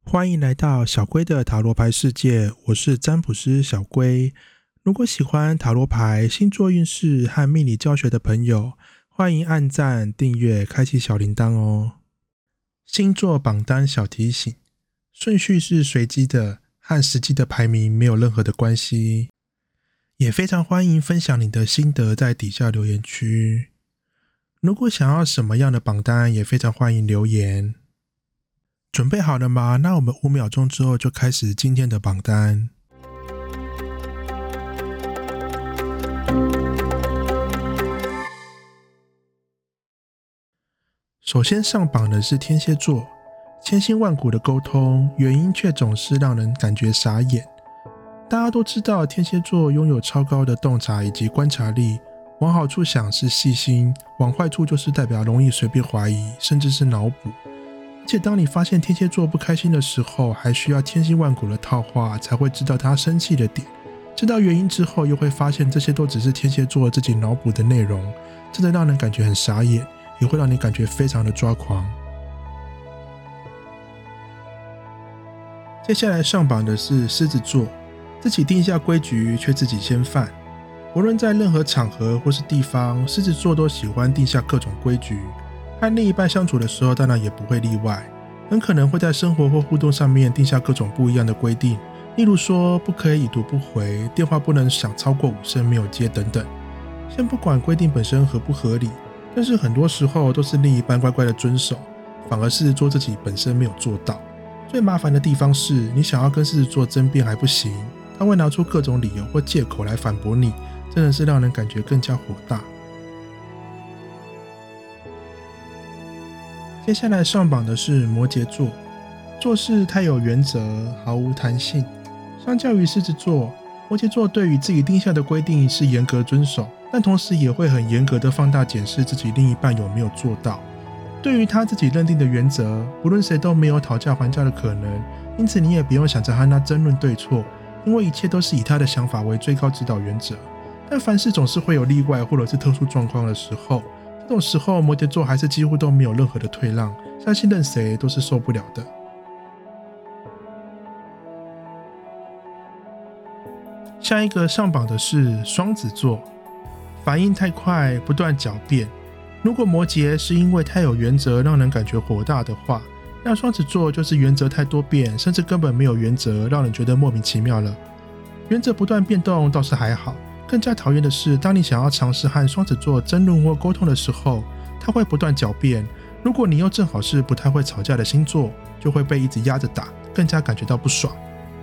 欢迎来到小龟的塔罗牌世界，我是占卜师小龟。如果喜欢塔罗牌、星座运势和命理教学的朋友，欢迎按赞、订阅、开启小铃铛哦。星座榜单小提醒：顺序是随机的，和实际的排名没有任何的关系。也非常欢迎分享你的心得在底下留言区。如果想要什么样的榜单，也非常欢迎留言。准备好了吗？那我们5秒钟之后就开始今天的榜单。首先上榜的是天蝎座，千辛万苦的沟通，原因却总是让人感觉傻眼。大家都知道天蝎座拥有超高的洞察以及观察力，往好处想是细心，往坏处就是代表容易随便怀疑，甚至是脑补。而且当你发现天蝎座不开心的时候，还需要千辛万苦的套话才会知道他生气的点。知道原因之后，又会发现这些都只是天蝎座自己脑补的内容，真的让人感觉很傻眼，也会让你感觉非常的抓狂。接下来上榜的是狮子座，自己定下规矩却自己先犯。无论在任何场合或是地方，狮子座都喜欢定下各种规矩。和另一半相处的时候当然也不会例外，很可能会在生活或互动上面定下各种不一样的规定，例如说不可以已读不回，电话不能响超过5声没有接等等。先不管规定本身合不合理，但是很多时候都是另一半乖乖的遵守，反而是做自己本身没有做到。最麻烦的地方是，你想要跟狮子座争辩还不行，他会拿出各种理由或借口来反驳你，真的是让人感觉更加火大。接下来上榜的是摩羯座，做事太有原则，毫无弹性。相较于狮子座，摩羯座对于自己定下的规定是严格遵守，但同时也会很严格的放大检视自己另一半有没有做到。对于他自己认定的原则，不论谁都没有讨价还价的可能，因此你也不用想着和他争论对错，因为一切都是以他的想法为最高指导原则。但凡事总是会有例外或者是特殊状况的时候，这种时候摩羯座还是几乎都没有任何的退让，相信任谁都是受不了的。下一个上榜的是双子座，反应太快，不断狡辩。如果摩羯是因为太有原则让人感觉火大的话，那双子座就是原则太多变，甚至根本没有原则，让人觉得莫名其妙了。原则不断变动倒是还好，更加讨厌的是，当你想要尝试和双子座争论或沟通的时候，他会不断狡辩。如果你又正好是不太会吵架的星座，就会被一直压着打，更加感觉到不爽。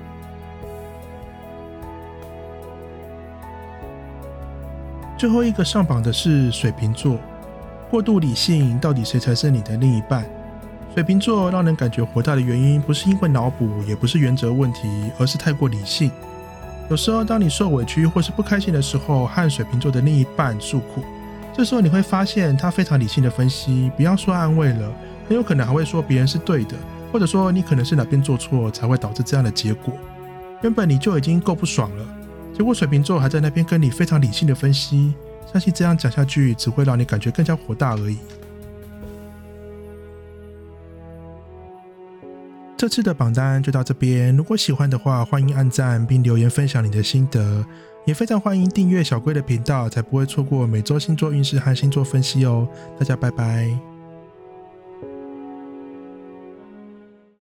最后一个上榜的是水瓶座，过度理性，到底谁才是你的另一半？水瓶座让人感觉火大的原因，不是因为脑补，也不是原则问题，而是太过理性。有时候当你受委屈或是不开心的时候，和水瓶座的另一半诉苦，这时候你会发现他非常理性的分析，不要说安慰了，很有可能还会说别人是对的，或者说你可能是哪边做错才会导致这样的结果。原本你就已经够不爽了，结果水瓶座还在那边跟你非常理性的分析，相信这样讲下去只会让你感觉更加火大而已。这次的榜单就到这边，如果喜欢的话，欢迎按赞并留言分享你的心得，也非常欢迎订阅小龟的频道，才不会错过每周星座运势和星座分析哦。大家拜拜。